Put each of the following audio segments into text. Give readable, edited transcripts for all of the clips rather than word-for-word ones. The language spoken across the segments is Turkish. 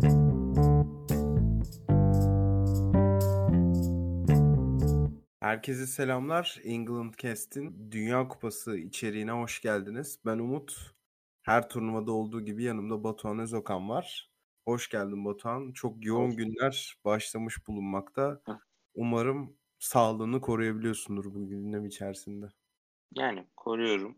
Herkese selamlar. England Cast'in Dünya Kupası içeriğine hoş geldiniz. Ben Umut. Her turnuvada olduğu gibi yanımda Batuhan Özokan var. Hoş geldin Batuhan. Çok yoğun Hoş. günler başlamış bulunmakta. Heh. Umarım sağlığını koruyabiliyorsundur bu gündem içerisinde. Yani koruyorum.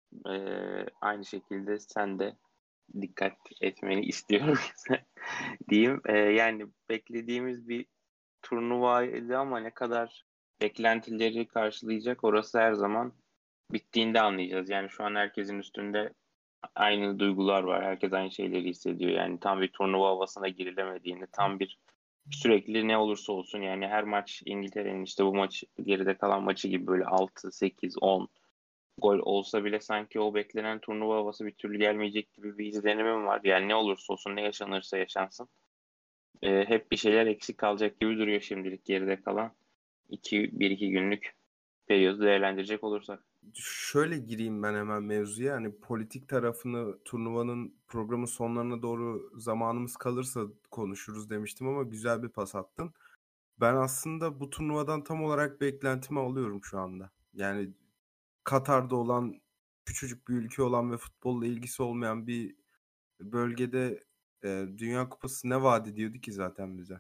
Aynı şekilde sen de dikkat etmeni istiyorum diyeyim. Yani beklediğimiz bir turnuvaydı ama ne kadar beklentileri karşılayacak orası her zaman bittiğinde anlayacağız. Yani şu an herkesin üstünde aynı duygular var. Herkes aynı şeyleri hissediyor. Yani tam bir turnuva havasına girilemediğini, tam bir sürekli ne olursa olsun yani her maç İngiltere'nin işte bu maç geride kalan maçı gibi böyle 6, 8, 10 gol olsa bile sanki o beklenen turnuva havası bir türlü gelmeyecek gibi bir izlenimim var. Yani ne olursa olsun ne yaşanırsa yaşansın. Hep bir şeyler eksik kalacak gibi duruyor şimdilik geride kalan 1-2 günlük periyodu değerlendirecek olursak. Şöyle gireyim ben hemen mevzuya. Hani politik tarafını turnuvanın programın sonlarına doğru zamanımız kalırsa konuşuruz demiştim ama güzel bir pas attın. Ben aslında bu turnuvadan tam olarak beklentimi alıyorum şu anda. Yani Katar'da olan, küçücük bir ülke olan ve futbolla ilgisi olmayan bir bölgede Dünya Kupası ne vaat ediyordu ki zaten bize?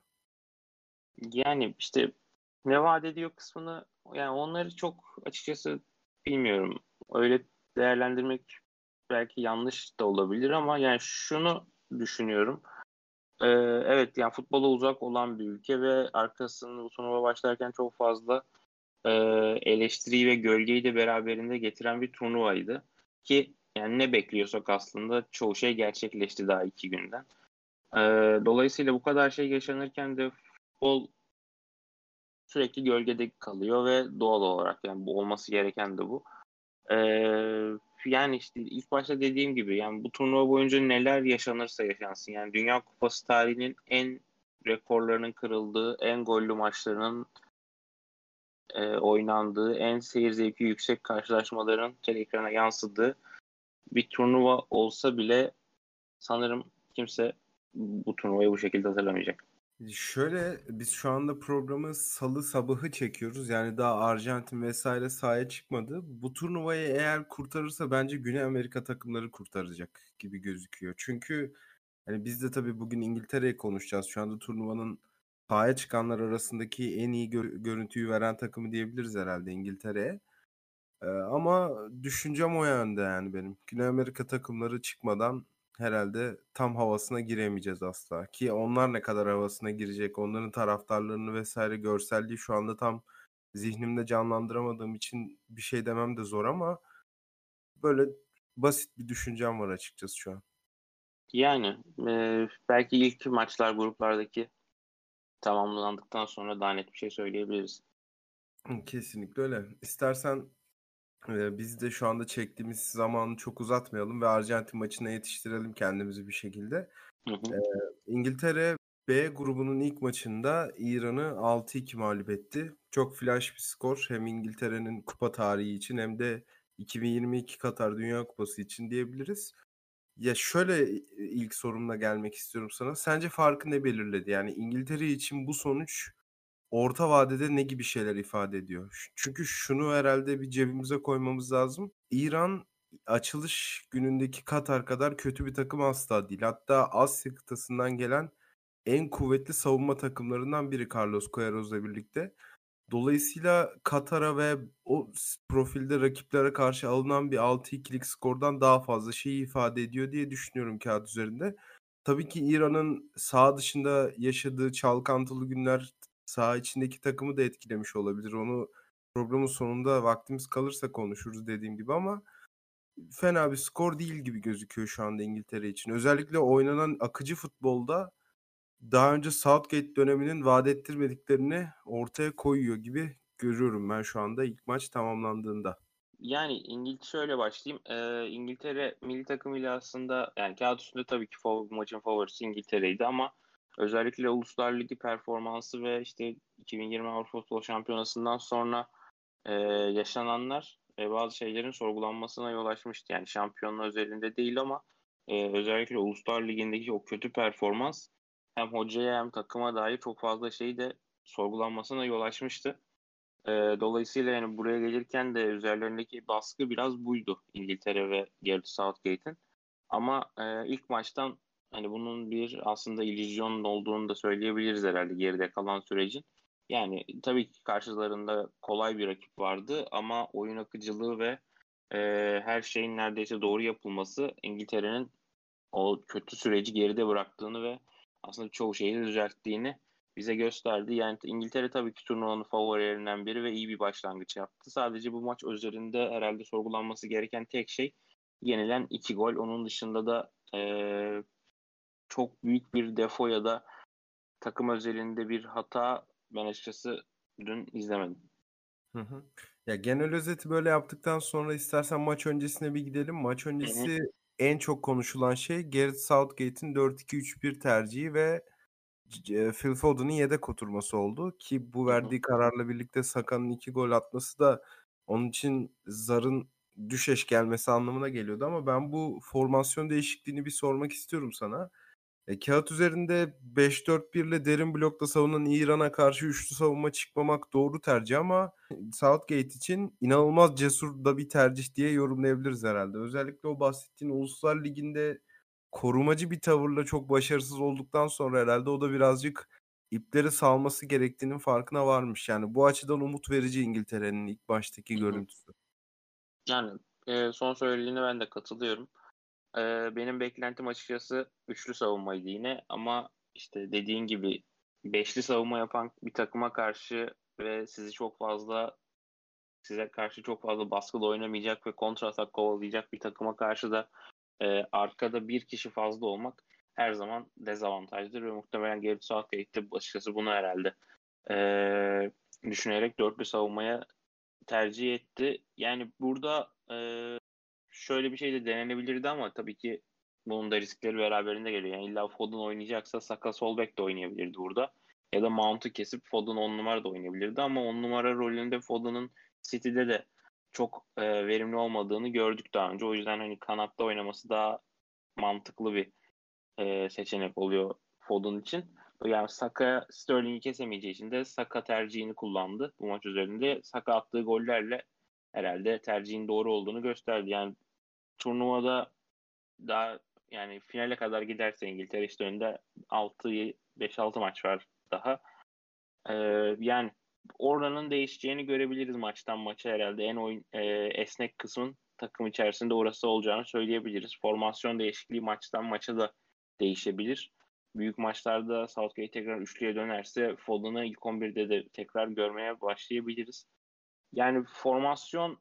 Yani işte ne vaat ediyor kısmını yani onları çok açıkçası bilmiyorum. Öyle değerlendirmek belki yanlış da olabilir ama yani şunu düşünüyorum. Evet yani futbola uzak olan bir ülke ve arkasında bu turnuva başlarken çok fazla e, eleştiriyi ve gölgeyi de beraberinde getiren bir turnuvaydı. Ki yani ne bekliyorsak aslında çoğu şey gerçekleşti daha 2 günden. Ee, Dolayısıyla bu kadar şey yaşanırken de futbol sürekli gölgede kalıyor ve doğal olarak yani bu olması gereken de bu. Ee, Yani işte ilk başta dediğim gibi yani bu turnuva boyunca neler yaşanırsa yaşansın yani Dünya Kupası tarihinin en rekorlarının kırıldığı, en gollü maçlarının oynandığı, en seyir zevki yüksek karşılaşmaların ekrana yansıdığı bir turnuva olsa bile sanırım kimse bu turnuvayı bu şekilde hatırlamayacak. Şöyle biz şu anda programı salı sabahı çekiyoruz. Yani daha Arjantin vesaire sahaya çıkmadı. Bu turnuvayı eğer kurtarırsa bence Güney Amerika takımları kurtaracak gibi gözüküyor. Çünkü hani biz de tabii bugün İngiltere'yi konuşacağız. Şu anda turnuvanın sahaya çıkanlar arasındaki en iyi görüntüyü veren takımı diyebiliriz herhalde İngiltere'ye. Ama düşüncem o yönde yani benim. Güney Amerika takımları çıkmadan herhalde tam havasına giremeyeceğiz asla. Ki onlar ne kadar havasına girecek, onların taraftarlarını vesaire görselliği şu anda tam zihnimde canlandıramadığım için bir şey demem de zor ama böyle basit bir düşüncem var açıkçası şu an. Yani belki ilk maçlar gruplardaki tamamlandıktan sonra daha net bir şey söyleyebiliriz. Kesinlikle öyle. İstersen biz de şu anda çektiğimiz zamanı çok uzatmayalım ve Arjantin maçına yetiştirelim kendimizi bir şekilde. Hı hı. Ee, İngiltere B grubunun ilk maçında İran'ı 6-2 mağlup etti. Çok flash bir skor hem İngiltere'nin kupa tarihi için hem de 2022 Katar Dünya Kupası için diyebiliriz. Ya şöyle ilk sorumla gelmek istiyorum sana. Sence farkı ne belirledi? Yani İngiltere için bu sonuç orta vadede ne gibi şeyler ifade ediyor? Çünkü şunu herhalde bir cebimize koymamız lazım. İran açılış günündeki Katar kadar kötü bir takım asla değil. Hatta Asya kıtasından gelen en kuvvetli savunma takımlarından biri Carlos Queiroz'la birlikte. Dolayısıyla Katar'a ve o profilde rakiplere karşı alınan bir 6-2'lik skordan daha fazla şeyi ifade ediyor diye düşünüyorum kağıt üzerinde. Tabii ki İran'ın saha dışında yaşadığı çalkantılı günler saha içindeki takımı da etkilemiş olabilir. Onu programın sonunda vaktimiz kalırsa konuşuruz dediğim gibi ama fena bir skor değil gibi gözüküyor şu anda İngiltere için. Özellikle oynanan akıcı futbolda daha önce Southgate döneminin vaat ettirmediklerini ortaya koyuyor gibi görüyorum ben şu anda ilk maç tamamlandığında. Yani İngiltere şöyle başlayayım. İngiltere milli takımıyla aslında yani kağıt üstünde tabii ki maçın favorisi İngiltere'ydi ama özellikle Uluslar Ligi performansı ve işte 2020 Avrupa Futbol Şampiyonası'ndan sonra yaşananlar bazı şeylerin sorgulanmasına yol açmıştı. Yani şampiyonlar özelinde değil ama özellikle Uluslar Ligi'ndeki o kötü performans hem hocaya hem takıma dair çok fazla şey de sorgulanmasına yol açmıştı. Dolayısıyla yani buraya gelirken de üzerlerindeki baskı biraz buydu İngiltere ve Gareth Southgate'in. Ama ilk maçtan hani bunun bir aslında illüzyon olduğunu da söyleyebiliriz herhalde geride kalan sürecin. Yani tabii ki karşılarında kolay bir rakip vardı ama oyun akıcılığı ve e, her şeyin neredeyse doğru yapılması İngiltere'nin o kötü süreci geride bıraktığını ve aslında çoğu şeyi de düzelttiğini bize gösterdi. Yani İngiltere tabii ki turnuvanın favorilerinden biri ve iyi bir başlangıç yaptı. Sadece bu maç üzerinde herhalde sorgulanması gereken tek şey yenilen 2 gol. Onun dışında da çok büyük bir defo ya da takım özelinde bir hata ben açıkçası dün izlemedim. Hı hı. Ya genel özeti böyle yaptıktan sonra istersen maç öncesine bir gidelim. Maç Hı hı, öncesi en çok konuşulan şey Gareth Southgate'in 4-2-3-1 tercihi ve Phil Foden'ın yedek oturması oldu ki bu hı hı, verdiği kararla birlikte Saka'nın 2 gol atması da onun için zarın düşeş gelmesi anlamına geliyordu ama ben bu formasyon değişikliğini bir sormak istiyorum sana. Kâğıt üzerinde 5-4-1'le derin blokta savunan İran'a karşı üçlü savunma çıkmamak doğru tercih ama Southgate için inanılmaz cesur da bir tercih diye yorumlayabiliriz herhâlde. Özellikle o bahsettiğin Uluslar Ligi'nde korumacı bir tavırla çok başarısız olduktan sonra herhâlde o da birazcık ipleri salması gerektiğinin farkına varmış. Yani bu açıdan umut verici İngiltere'nin ilk baştaki hı hı. görüntüsü. Yani son söylediğine ben de katılıyorum. Benim beklentim açıkçası üçlü savunmaydı yine ama işte dediğin gibi beşli savunma yapan bir takıma karşı ve size karşı çok fazla baskıda oynamayacak ve kontra atak kovalayacak bir takıma karşı da arkada bir kişi fazla olmak her zaman dezavantajdır ve muhtemelen Gareth Southgate de açıkçası bunu herhalde düşünerek dörtlü savunmaya tercih etti. Yani burada şöyle bir şey de denenebilirdi ama tabii ki bunun da riskleri beraberinde geliyor. Yani illa Foden oynayacaksa Saka sol bek de oynayabilirdi burada. Ya da Mount'u kesip Foden 10 numara da oynayabilirdi ama 10 numara rolünde Foden'ın City'de de çok verimli olmadığını gördük daha önce. O yüzden hani kanatta oynaması daha mantıklı bir seçenek oluyor Foden için. Yani Saka Sterling'i kesemeyeceği için de Saka tercihini kullandı bu maç üzerinde. Saka attığı gollerle herhalde tercihin doğru olduğunu gösterdi. Yani turnuvada daha yani finale kadar giderse İngiltere işte önünde 5-6 maç var daha. Ee, Yani oranın değişeceğini görebiliriz maçtan maça herhalde. Esnek kısmın takım içerisinde orası olacağını söyleyebiliriz. Formasyon değişikliği maçtan maça da değişebilir. Büyük maçlarda Southgate tekrar üçlüye dönerse Foden'ı ilk 11'de de tekrar görmeye başlayabiliriz. Yani formasyon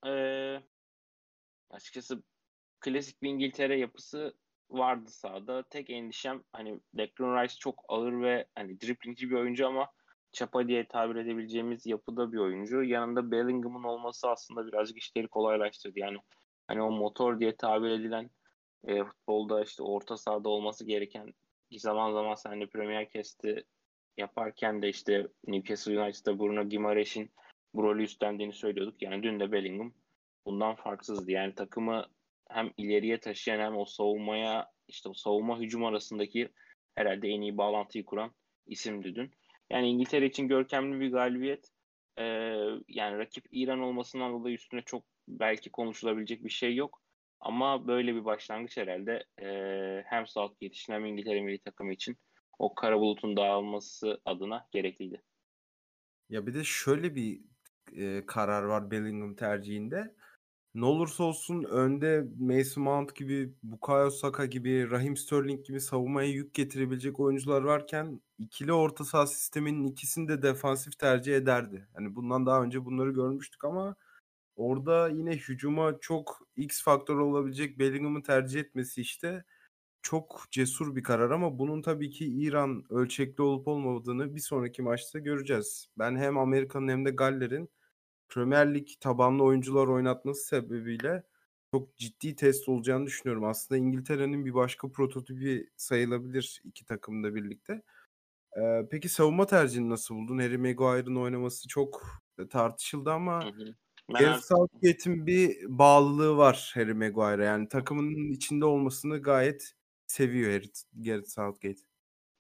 açıkçası klasik bir İngiltere yapısı vardı sahada. Tek endişem hani Declan Rice çok ağır ve hani driblingci bir oyuncu ama çapa diye tabir edebileceğimiz yapıda bir oyuncu. Yanında Bellingham'ın olması aslında birazcık işleri kolaylaştırdı. Yani hani o motor diye tabir edilen futbolda işte orta sahada olması gereken zaman zaman seninle Premier Kest'i yaparken de işte Newcastle United'da Bruno Guimaraes'in bu rolü üstlendiğini söylüyorduk. Yani dün de Bellingham bundan farksızdı. Yani takımı hem ileriye taşıyan hem o savunma hücum arasındaki herhalde en iyi bağlantıyı kuran isimdi dün. Yani İngiltere için görkemli bir galibiyet. Ee, Yani rakip İran olmasından dolayı üstüne çok belki konuşulabilecek bir şey yok. Ama böyle bir başlangıç herhalde hem Southgate için hem İngiltere milli takımı için o kara bulutun dağılması adına gerekliydi. Ya bir de şöyle bir, karar var Bellingham tercihinde. Ne olursa olsun önde Mason Mount gibi, Bukayo Saka gibi, Raheem Sterling gibi savunmaya yük getirebilecek oyuncular varken ikili orta saha sisteminin ikisini de defansif tercih ederdi. Hani bundan daha önce bunları görmüştük ama orada yine hücuma çok X faktör olabilecek Bellingham'ı tercih etmesi işte çok cesur bir karar ama bunun tabii ki İran ölçekli olup olmadığını bir sonraki maçta göreceğiz. Ben hem Amerika'nın hem de Galler'in Premier Lig tabanlı oyuncular oynatması sebebiyle çok ciddi test olacağını düşünüyorum. Aslında İngiltere'nin bir başka prototipi sayılabilir iki takım da birlikte. Peki savunma tercihini nasıl buldun? Harry Maguire'ın oynaması çok tartışıldı Hı ama hı. Ben Gareth artık Southgate'in bir bağlılığı var Harry Maguire'a. Yani takımının içinde olmasını gayet seviyor Gareth Southgate.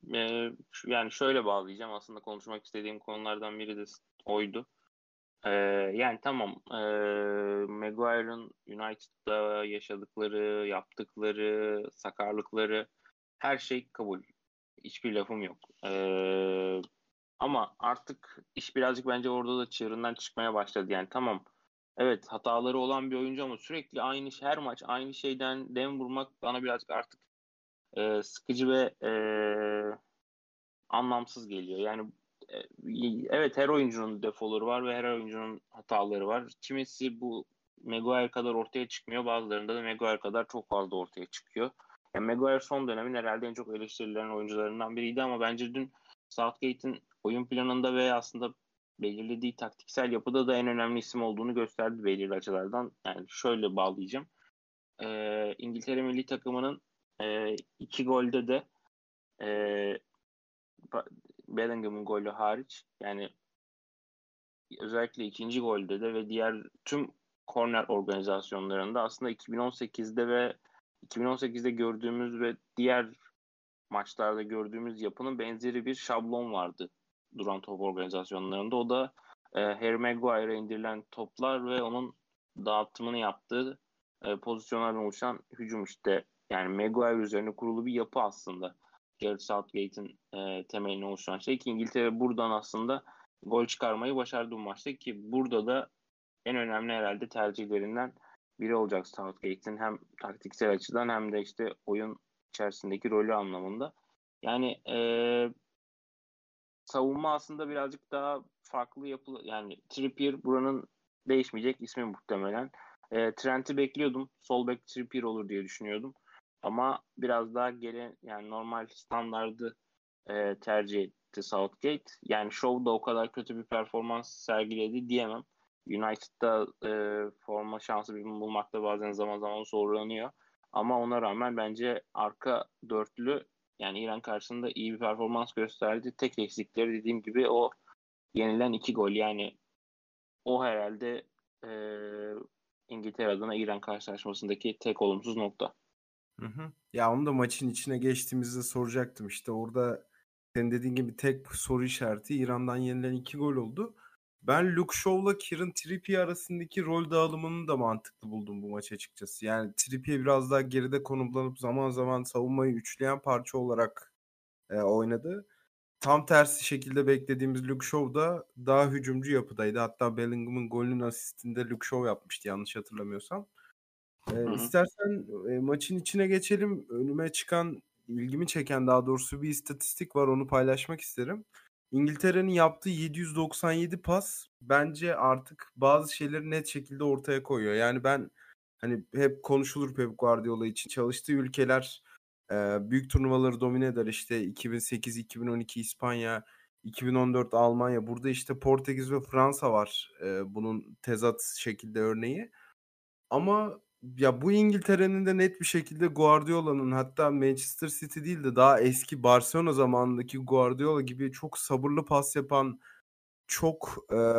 Yani şöyle bağlayacağım. Aslında konuşmak istediğim konulardan biri de oydu. Yani tamam, Maguire'ın United'da yaşadıkları, yaptıkları, sakarlıkları, her şey kabul. Hiçbir lafım yok. Ama artık iş birazcık bence orada da çığırından çıkmaya başladı. Yani tamam, evet, hataları olan bir oyuncu ama sürekli her maç aynı şeyden dem vurmak bana birazcık artık sıkıcı ve anlamsız geliyor. Yani e, evet, her oyuncunun defoları var ve her oyuncunun hataları var. Kimisi bu Maguire kadar ortaya çıkmıyor. Bazılarında da Maguire kadar çok fazla ortaya çıkıyor. Yani Maguire son dönemin herhalde en çok eleştirilen oyuncularından biriydi ama bence dün Southgate'in oyun planında ve aslında belirlediği taktiksel yapıda da en önemli isim olduğunu gösterdi belirli açılardan. Yani şöyle bağlayacağım. İngiltere milli takımının iki golde de e, Bellingham'ın golü hariç, yani özellikle ikinci golde de ve diğer tüm korner organizasyonlarında aslında 2018'de gördüğümüz ve diğer maçlarda gördüğümüz yapının benzeri bir şablon vardı duran top organizasyonlarında. O da Harry Maguire'a indirilen toplar ve onun dağıtımını yaptığı pozisyonlardan oluşan hücum işte. Yani Maguire üzerine kurulu bir yapı aslında. Gareth Southgate'in temelini oluşturan şey ki İngiltere buradan aslında gol çıkarmayı başardı bu maçta ki burada da en önemli herhalde tercihlerinden biri olacak Southgate'in hem taktiksel açıdan hem de işte oyun içerisindeki rolü anlamında. Yani savunma aslında birazcık daha farklı yapılı. Yani Trippier buranın değişmeyecek ismi muhtemelen. Trent'i bekliyordum. Sol bek Trippier olur diye düşünüyordum. Ama biraz daha geri, yani normal standardı tercih etti Southgate. Yani Show'da o kadar kötü bir performans sergiledi diyemem. United'da forma şansı bulmakta bazen zaman zaman zorlanıyor. Ama ona rağmen bence arka dörtlü, yani İran karşısında iyi bir performans gösterdi. Tek eksikleri dediğim gibi o yenilen iki gol. Yani o herhalde e, İngiltere adına İran karşılaşmasındaki tek olumsuz nokta. Hı hı. Ya onu da maçın içine geçtiğimizde soracaktım. İşte orada senin dediğin gibi tek soru işareti İran'dan yenilen 2 gol oldu. Ben Luke Shaw'la Kieran Trippier arasındaki rol dağılımını da mantıklı buldum bu maç açıkçası. Yani Trippier biraz daha geride konumlanıp zaman zaman savunmayı üçleyen parça olarak oynadı. Tam tersi şekilde beklediğimiz Luke Shaw da daha hücumcu yapıdaydı. Hatta Bellingham'ın golünün asistinde Luke Shaw yapmıştı yanlış hatırlamıyorsam. Hı hı. İstersen maçın içine geçelim. Önüme çıkan, ilgimi çeken daha doğrusu bir istatistik var. Onu paylaşmak isterim. İngiltere'nin yaptığı 797 pas bence artık bazı şeyleri net şekilde ortaya koyuyor. Yani ben hani hep konuşulur Pep Guardiola için. Çalıştığı ülkeler büyük turnuvaları domine eder. İşte 2008, 2012 İspanya, 2014 Almanya. Burada işte Portekiz ve Fransa var. Bunun tezat şekilde örneği. Ama ya bu İngiltere'nin de net bir şekilde Guardiola'nın, hatta Manchester City değil de daha eski Barcelona zamanındaki Guardiola gibi çok sabırlı pas yapan, çok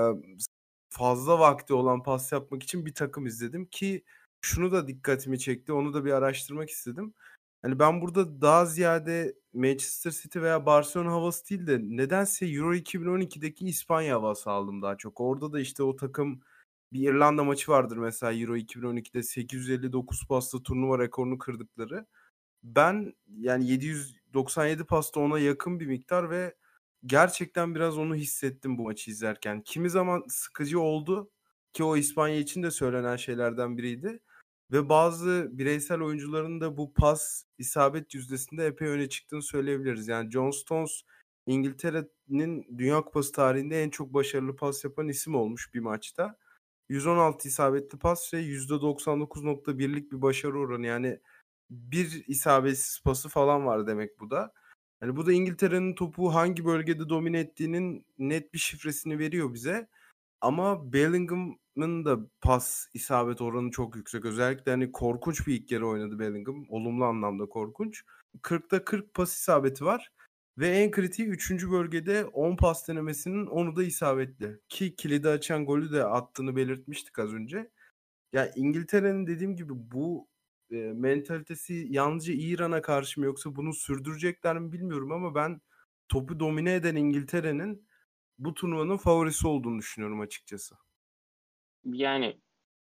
fazla vakti olan pas yapmak için bir takım izledim ki şunu da dikkatimi çekti. Onu da bir araştırmak istedim. Hani ben burada daha ziyade Manchester City veya Barcelona havası değil de nedense Euro 2012'deki İspanya havası aldım daha çok. Orada da işte o takım, bir İrlanda maçı vardır mesela Euro 2012'de 859 pasla turnuva rekorunu kırdıkları. Ben yani 797 pasta ona yakın bir miktar ve gerçekten biraz onu hissettim bu maçı izlerken. Kimi zaman sıkıcı oldu ki o İspanya için de söylenen şeylerden biriydi. Ve bazı bireysel oyuncuların da bu pas isabet yüzdesinde epey öne çıktığını söyleyebiliriz. Yani John Stones İngiltere'nin Dünya Kupası tarihinde en çok başarılı pas yapan isim olmuş bir maçta. 116 isabetli pas ve %99.1'lik bir başarı oranı. Yani bir isabetsiz pası falan var demek bu da. Hani bu da İngiltere'nin topu hangi bölgede domine ettiğinin net bir şifresini veriyor bize. Ama Bellingham'ın da pas isabet oranı çok yüksek. Özellikle hani korkunç bir ilk yarı oynadı Bellingham. Olumlu anlamda korkunç. 40'ta 40 pas isabeti var. Ve en kritiği 3. bölgede 10 pas denemesinin 10'u da isabetli. Ki kilidi açan golü de attığını belirtmiştik az önce. Ya İngiltere'nin dediğim gibi bu mentalitesi yalnızca İran'a karşı mı yoksa bunu sürdürecekler mi bilmiyorum ama ben topu domine eden İngiltere'nin bu turnuvanın favorisi olduğunu düşünüyorum açıkçası. Yani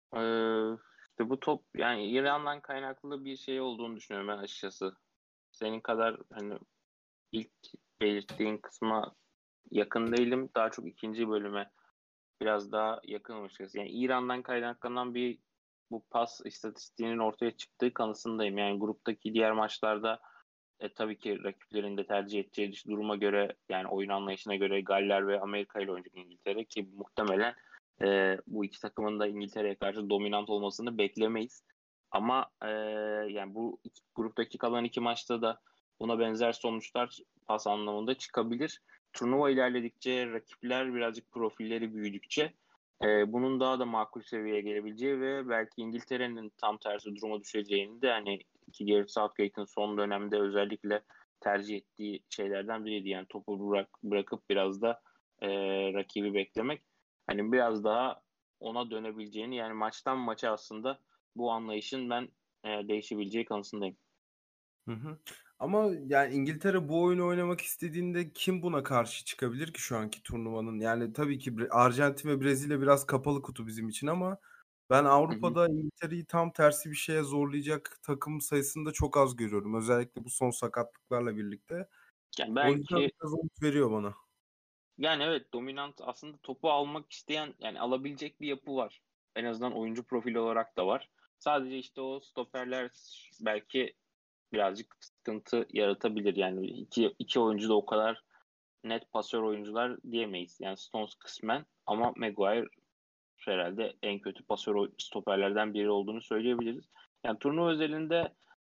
işte bu top yani İran'dan kaynaklı bir şey olduğunu düşünüyorum ben açıkçası. Senin kadar hani ilk belirttiğin kısma yakın değilim. Daha çok ikinci bölüme biraz daha yakınım açıkçası. Yani İran'dan kaynaklanan bir bu pas istatistiğinin ortaya çıktığı kanısındayım. Yani gruptaki diğer maçlarda tabii ki rakiplerin de tercih edeceği duruma göre yani oyun anlayışına göre Galler ve Amerika ile oynayacak İngiltere ki muhtemelen bu iki takımın da İngiltere'ye karşı dominant olmasını beklemeyiz. Ama yani bu gruptaki kalan iki maçta da buna benzer sonuçlar pas anlamında çıkabilir. Turnuva ilerledikçe rakipler birazcık profilleri büyüdükçe bunun daha da makul seviyeye gelebileceği ve belki İngiltere'nin tam tersi duruma düşeceğini de hani ki Gareth Southgate'in son dönemde özellikle tercih ettiği şeylerden biriydi. Yani topu bırakıp biraz da rakibi beklemek. Hani biraz daha ona dönebileceğini yani maçtan maça aslında bu anlayışın ben değişebileceği kanısındayım. Hı hı. Ama yani İngiltere bu oyunu oynamak istediğinde kim buna karşı çıkabilir ki şu anki turnuvanın? Yani tabii ki Arjantin ve Brezilya biraz kapalı kutu bizim için ama ben Hı hı. Avrupa'da İngiltere'yi tam tersi bir şeye zorlayacak takım sayısını da çok az görüyorum. Özellikle bu son sakatlıklarla birlikte. Yani O yüzden belki biraz umut veriyor bana. yani evet dominant aslında topu almak isteyen yani alabilecek bir yapı var. En azından oyuncu profili olarak da var. Sadece işte o stoperler belki birazcık sıkıntı yaratabilir. Yani iki oyuncu da o kadar net pasör oyuncular diyemeyiz. Yani Stones kısmen ama Maguire herhalde en kötü pasör stoperlerden biri olduğunu söyleyebiliriz. Yani turnuva özelinde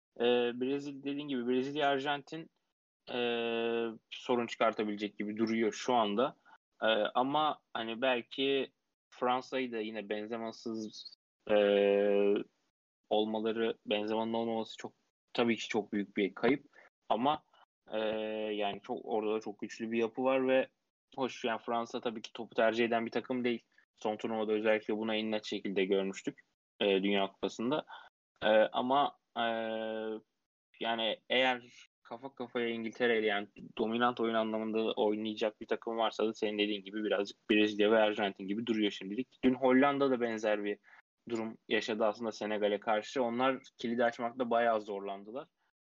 dediğin gibi Brezilya Arjantin e, sorun çıkartabilecek gibi duruyor şu anda. Ama hani belki Fransa'yı da yine Benzema'sız e, olmaları, Benzema'nın olmaması çok tabii ki çok büyük bir kayıp. Ama yani çok orada da çok güçlü bir yapı var ve hoş yani Fransa tabii ki topu tercih eden bir takım değil. Son turnuvada özellikle buna en net şekilde görmüştük Dünya Kupası'nda. Ama yani eğer kafa kafaya İngiltere ile yani dominant oyun anlamında oynayacak bir takım varsa da senin dediğin gibi birazcık Brezilya ve Arjantin gibi duruyor şimdilik. Dün Hollanda da benzer bir durum yaşadı aslında Senegal'e karşı. Onlar kilidi açmakta bayağı zorlandılar.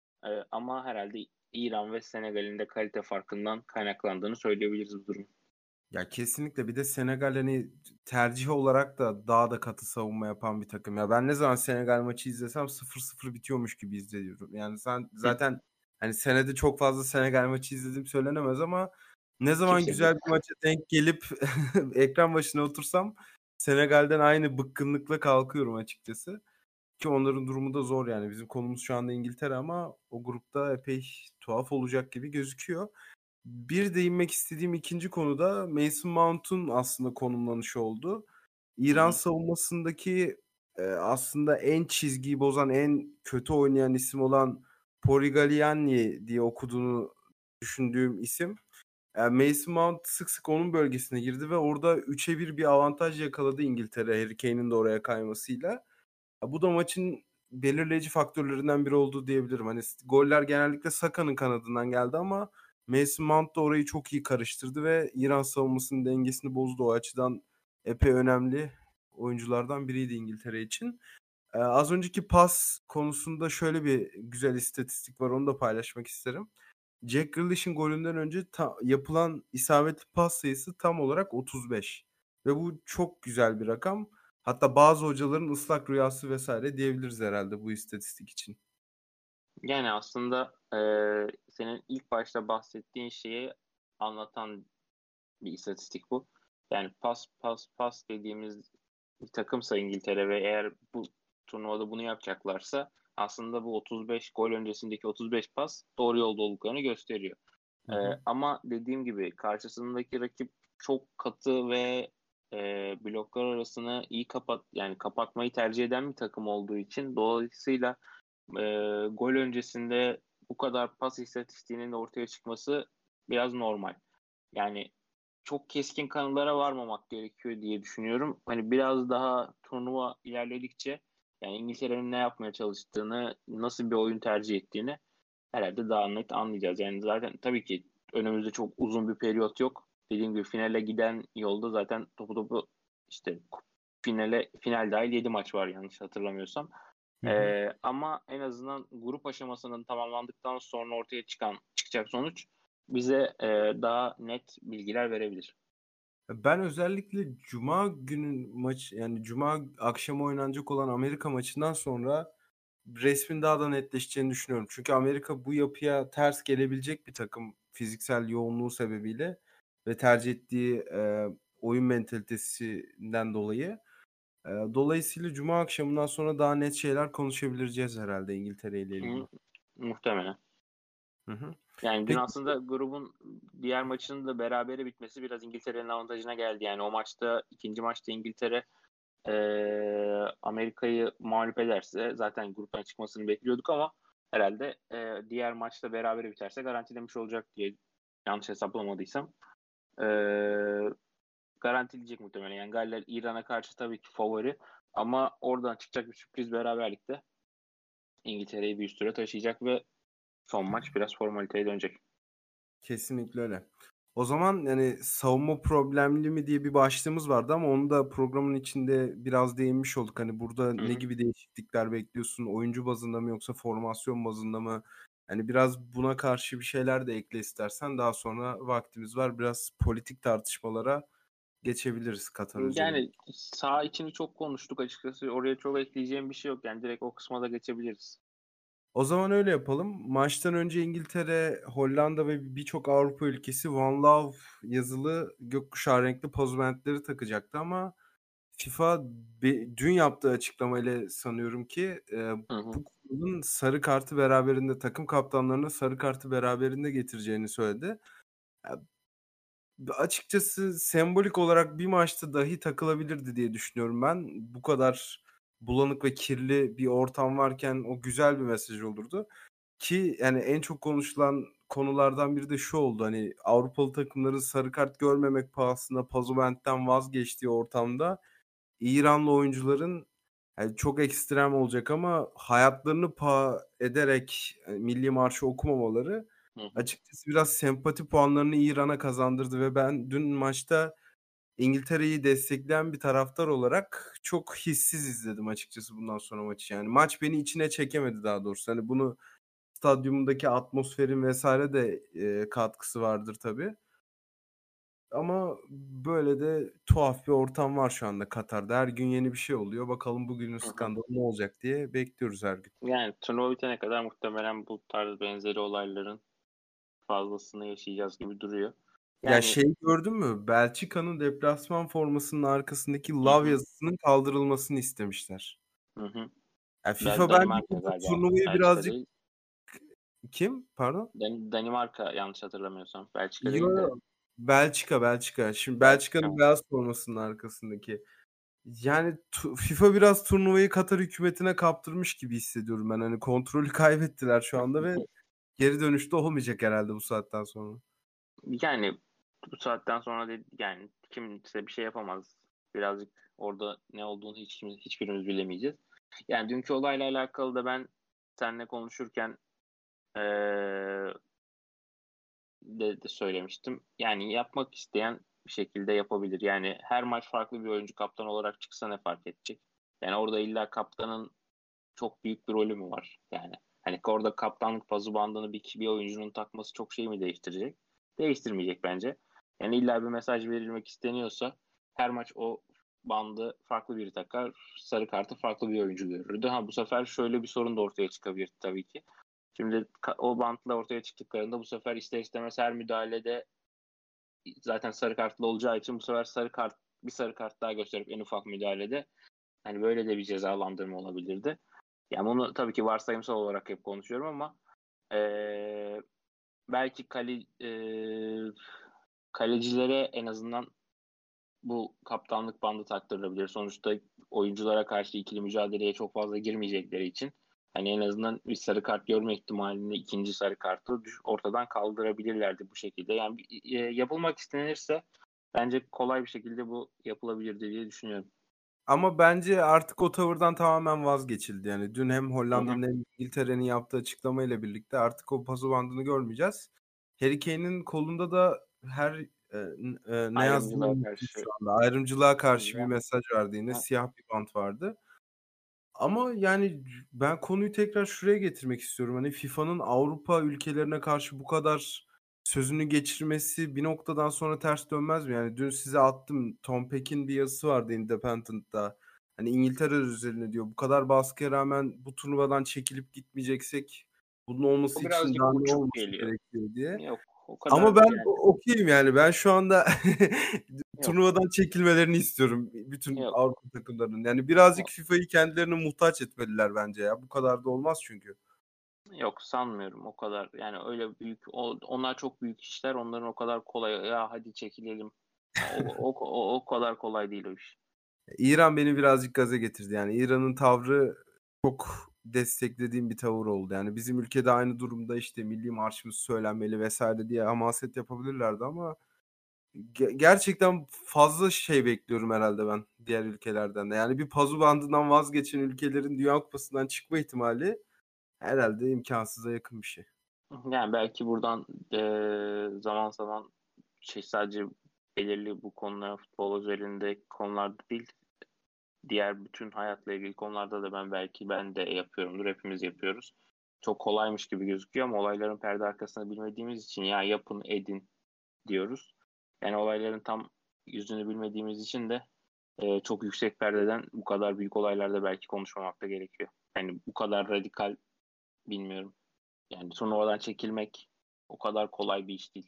Ama herhalde İran ve Senegal'in de kalite farkından kaynaklandığını söyleyebiliriz bu durum. Ya kesinlikle bir de Senegal hani tercih olarak da daha da katı savunma yapan bir takım. Ya ben ne zaman Senegal maçı izlesem 0-0 bitiyormuş gibi izliyorum. Yani sen Hı, zaten hani senede çok fazla Senegal maçı izledim söylenemez ama ne zaman kimse güzel değil. bir maça denk gelip ekran başına otursam Senegal'den aynı bıkkınlıkla kalkıyorum açıkçası. Ki onların durumu da zor yani. Bizim konumuz şu anda İngiltere ama o grupta epey tuhaf olacak gibi gözüküyor. Bir değinmek istediğim ikinci konu da Mason Mount'un aslında konumlanışı oldu. Hı İran hı. savunmasındaki aslında en çizgiyi bozan, en kötü oynayan isim olan Porigalyanni diye okuduğunu düşündüğüm isim. Yani Mason Mount sık sık onun bölgesine girdi ve orada 3'e 1 bir avantaj yakaladı İngiltere Harry Kane'in de oraya kaymasıyla. Ya bu da maçın belirleyici faktörlerinden biri oldu diyebilirim. Hani goller genellikle Saka'nın kanadından geldi ama Mason Mount da orayı çok iyi karıştırdı ve İran savunmasının dengesini bozdu. O açıdan epey önemli oyunculardan biriydi İngiltere için. Az önceki pas konusunda şöyle bir güzel istatistik var. Onu da paylaşmak isterim. Jack Grealish'in golünden önce yapılan isabetli pas sayısı tam olarak 35. Ve bu çok güzel bir rakam. Hatta bazı hocaların ıslak rüyası vesaire diyebiliriz herhalde bu istatistik için. Yani aslında senin ilk başta bahsettiğin şeyi anlatan bir istatistik bu. Yani pas dediğimiz bir takımsa İngiltere ve eğer bu turnuvada bunu yapacaklarsa aslında bu 35 gol öncesindeki 35 pas doğru yolda olduklarını gösteriyor. Hı hı. Ama dediğim gibi karşısındaki rakip çok katı ve bloklar arasını iyi yani kapatmayı tercih eden bir takım olduğu için dolayısıyla e, gol öncesinde bu kadar pas istatistiğinin ortaya çıkması biraz normal. Yani çok keskin kanılara varmamak gerekiyor diye düşünüyorum. Hani biraz daha turnuva ilerledikçe Yani İngiltere'nin ne yapmaya çalıştığını, nasıl bir oyun tercih ettiğini herhalde daha net anlayacağız. Yani zaten tabii ki önümüzde çok uzun bir periyot yok. Dediğim gibi finale giden yolda zaten topu işte final dahil 7 maç var yanlış hatırlamıyorsam. Hı hı. Ama en azından grup aşamasının tamamlandıktan sonra ortaya çıkacak sonuç bize daha net bilgiler verebilir. Ben özellikle Cuma günü maç yani Cuma akşamı oynanacak olan Amerika maçından sonra resmin daha da netleşeceğini düşünüyorum. Çünkü Amerika bu yapıya ters gelebilecek bir takım fiziksel yoğunluğu sebebiyle ve tercih ettiği oyun mentalitesinden dolayı. Dolayısıyla Cuma akşamından sonra daha net şeyler konuşabileceğiz herhalde İngiltere ile ilgili. Hı, muhtemelen. Hı hı. Yani dün Peki. aslında grubun diğer maçının da berabere bitmesi biraz İngiltere'nin avantajına geldi. Yani o maçta, ikinci maçta İngiltere Amerika'yı mağlup ederse zaten gruptan çıkmasını bekliyorduk ama herhalde diğer maçta berabere biterse garantilemiş olacak diye, yanlış hesaplamadıysam. E, Garantileyecek muhtemelen. Yani Galler İran'a karşı tabii ki favori ama oradan çıkacak bir sürpriz beraberlikte İngiltere'yi bir üst tura taşıyacak ve son maç biraz formaliteye dönecek. Kesinlikle öyle. O zaman yani savunma problemli mi diye bir başlığımız vardı ama onu da programın içinde biraz değinmiş olduk. Hani burada Hı ne hı. gibi değişiklikler bekliyorsun? Oyuncu bazında mı yoksa formasyon bazında mı? Hani biraz buna karşı bir şeyler de ekle istersen daha sonra vaktimiz var. Biraz politik tartışmalara geçebiliriz Katar özelinde. Yani sağ içini çok konuştuk açıkçası. Oraya çok ekleyeceğim bir şey yok. Yani direkt o kısma da geçebiliriz. O zaman öyle yapalım. Maçtan önce İngiltere, Hollanda ve birçok Avrupa ülkesi One Love yazılı gökkuşağı renkli pozmentleri takacaktı ama FIFA dün yaptığı açıklamayla sanıyorum ki Hı hı. bu kuralın sarı kartı beraberinde takım kaptanlarına sarı kartı beraberinde getireceğini söyledi. Ya, açıkçası sembolik olarak bir maçta dahi takılabilirdi diye düşünüyorum ben. Bu kadar bulanık ve kirli bir ortam varken o güzel bir mesaj olurdu. Ki yani en çok konuşulan konulardan biri de şu oldu. Hani Avrupalı takımların sarı kart görmemek pahasına Pazuven'den vazgeçtiği ortamda İranlı oyuncuların yani çok ekstrem olacak ama hayatlarını pâ ederek, milli marşı okumamaları Hı hı. açıkçası biraz sempati puanlarını İran'a kazandırdı ve ben dün maçta İngiltere'yi destekleyen bir taraftar olarak çok hissiz izledim açıkçası bundan sonra maçı. Yani maç beni içine çekemedi daha doğrusu. Hani bunu stadyumdaki atmosferin vs. de, katkısı vardır tabii. Ama böyle de tuhaf bir ortam var şu anda Katar'da. Her gün yeni bir şey oluyor. Bakalım bugünün Hı hı. skandalı ne olacak diye bekliyoruz her gün. Yani turnuva bitene kadar muhtemelen bu tarz benzeri olayların fazlasını yaşayacağız gibi duruyor. Ya Yani şey gördün mü? Belçika'nın deplasman formasının arkasındaki hı Love hı. yazısının kaldırılmasını istemişler. Hı hı. Ya FIFA bence Danimarka burada galiba. turnuvayı Belçika birazcık. değil. Kim? Pardon? Danimarka yanlış hatırlamıyorsam. Belçika Yo, değil de yo. Belçika. Şimdi Belçika. Belçika'nın beyaz formasının arkasındaki. Yani FIFA biraz turnuvayı Katar hükümetine kaptırmış gibi hissediyorum ben. Hani kontrolü kaybettiler şu anda ve geri dönüşte olmayacak herhalde bu saatten sonra. Yani bu saatten sonra yani kimse bir şey yapamaz. Birazcık orada ne olduğunu hiçbirimiz bilemeyeceğiz. Yani dünkü olayla alakalı da ben seninle konuşurken eee, de söylemiştim. Yani yapmak isteyen bir şekilde yapabilir. Yani her maç farklı bir oyuncu kaptan olarak çıksa ne fark edecek? Yani orada illa kaptanın çok büyük bir rolü mü var? Yani hani orada kaptanlık pazı bandını bir oyuncunun takması çok şey mi değiştirecek? Değiştirmeyecek bence. Yani illa bir mesaj verilmek isteniyorsa her maç o bandı farklı biri takar, sarı kartı farklı bir oyuncu görürdü. Ha bu sefer şöyle bir sorun da ortaya çıkabilir tabii ki. Şimdi o bantla ortaya çıktıklarında bu sefer ister istemez her müdahalede zaten sarı kartlı olacağı için bu sefer bir sarı kart daha gösterip en ufak müdahalede hani böyle de bir cezalandırma olabilirdi. Yani bunu tabii ki varsayımsal olarak hep konuşuyorum ama belki kalecilere en azından bu kaptanlık bandı taktırılabilir. Sonuçta oyunculara karşı ikili mücadeleye çok fazla girmeyecekleri için hani en azından bir sarı kart görme ihtimalini ikinci sarı kartı ortadan kaldırabilirlerdi bu şekilde. Yani yapılmak istenirse bence kolay bir şekilde bu yapılabilirdi diye düşünüyorum. Ama bence artık o tavırdan tamamen vazgeçildi. Yani dün hem Hı hı. Hollanda'nın hem İngiltere'nin yaptığı açıklamayla birlikte artık o paso bandını görmeyeceğiz. Harry Kane'in kolunda da her, ne yazdığını Ayrımcılığa unuttum karşı şu anda. Ayrımcılığa karşı bir ya, mesaj vardı yine. ha, Siyah bir bant vardı. Ama yani ben konuyu tekrar şuraya getirmek istiyorum. Hani FIFA'nın Avrupa ülkelerine karşı bu kadar sözünü geçirmesi bir noktadan sonra ters dönmez mi? Yani dün size attım. Tom Peck'in bir yazısı vardı Independent'ta. Hani İngiltere üzerine diyor. Bu kadar baskıya rağmen bu turnuvadan çekilip gitmeyeceksek bunun olması o için birazcık daha ne uçuk olması geliyor. gerekiyor diye. Yok o Ama kadar ben yani okay'im yani. Ben şu anda yok turnuvadan çekilmelerini istiyorum bütün yok Avrupa takımlarının. Yani birazcık FIFA'yı kendilerine muhtaç etmeliler bence ya. Bu kadar da olmaz çünkü. yok sanmıyorum o kadar yani öyle büyük onlar çok büyük işler onların o kadar kolay ya hadi çekilelim o kadar kolay değil o iş. İran beni birazcık gaza getirdi. Yani İran'ın tavrı çok desteklediğim bir tavır oldu. Yani bizim ülkede aynı durumda işte milli marşımız söylenmeli vesaire diye hamaset yapabilirlerdi ama gerçekten fazla şey bekliyorum herhalde ben diğer ülkelerden de. Yani bir pazu bandından vazgeçen ülkelerin Dünya Kupası'ndan çıkma ihtimali herhalde imkansıza yakın bir şey. Yani belki buradan zaman zaman sadece belirli bu konular futbol üzerinde konularda değil diğer bütün hayatla ilgili konularda da ben de yapıyorumdur hepimiz yapıyoruz. Çok kolaymış gibi gözüküyor ama olayların perde arkasını bilmediğimiz için ya yapın edin diyoruz. Yani olayların tam yüzünü bilmediğimiz için de çok yüksek perdeden bu kadar büyük olaylarda belki konuşmamak da gerekiyor. Yani bu kadar radikal bilmiyorum. Yani turnuvadan çekilmek o kadar kolay bir iş değil.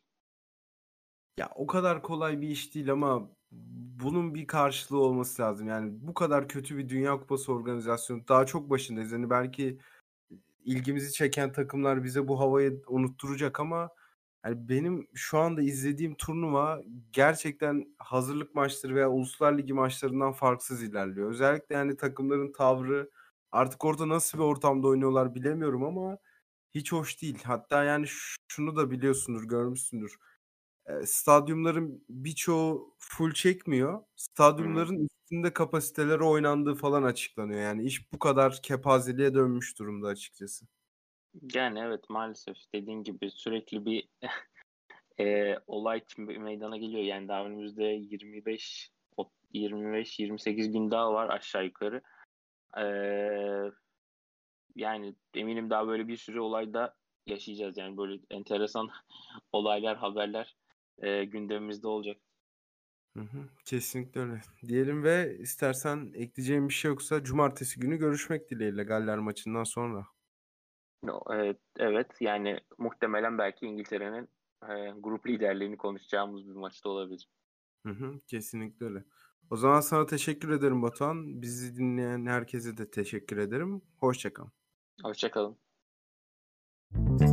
Ya o kadar kolay bir iş değil ama bunun bir karşılığı olması lazım. Yani bu kadar kötü bir Dünya Kupası organizasyonu daha çok başındayız. Hani belki ilgimizi çeken takımlar bize bu havayı unutturacak ama hani benim şu anda izlediğim turnuva gerçekten hazırlık maçları veya Uluslar Ligi maçlarından farksız ilerliyor. Özellikle yani takımların tavrı artık orada nasıl bir ortamda oynuyorlar bilemiyorum ama hiç hoş değil. Hatta yani şunu da biliyorsundur, görmüşsündür. Stadyumların birçoğu full çekmiyor. Hı hı. Stadyumların üstünde kapasiteleri oynandığı falan açıklanıyor. Yani iş bu kadar kepazeliğe dönmüş durumda açıkçası. Yani evet maalesef dediğin gibi sürekli bir olay meydana geliyor. Yani daha önümüzde 25-28 gün daha var aşağı yukarı. E, Yani eminim daha böyle bir sürü olay da yaşayacağız. Yani böyle enteresan olaylar, haberler gündemimizde olacak. Hı hı, kesinlikle öyle. Diyelim ve istersen ekleyeceğim bir şey yoksa cumartesi günü görüşmek dileğiyle Galler maçından sonra. Evet, evet yani muhtemelen belki İngiltere'nin grup liderliğini konuşacağımız bir maçta olabilir. Hı hı, kesinlikle öyle. O zaman sana teşekkür ederim Batuhan. Bizi dinleyen herkese de teşekkür ederim. Hoşça kal. Hoşça kalın.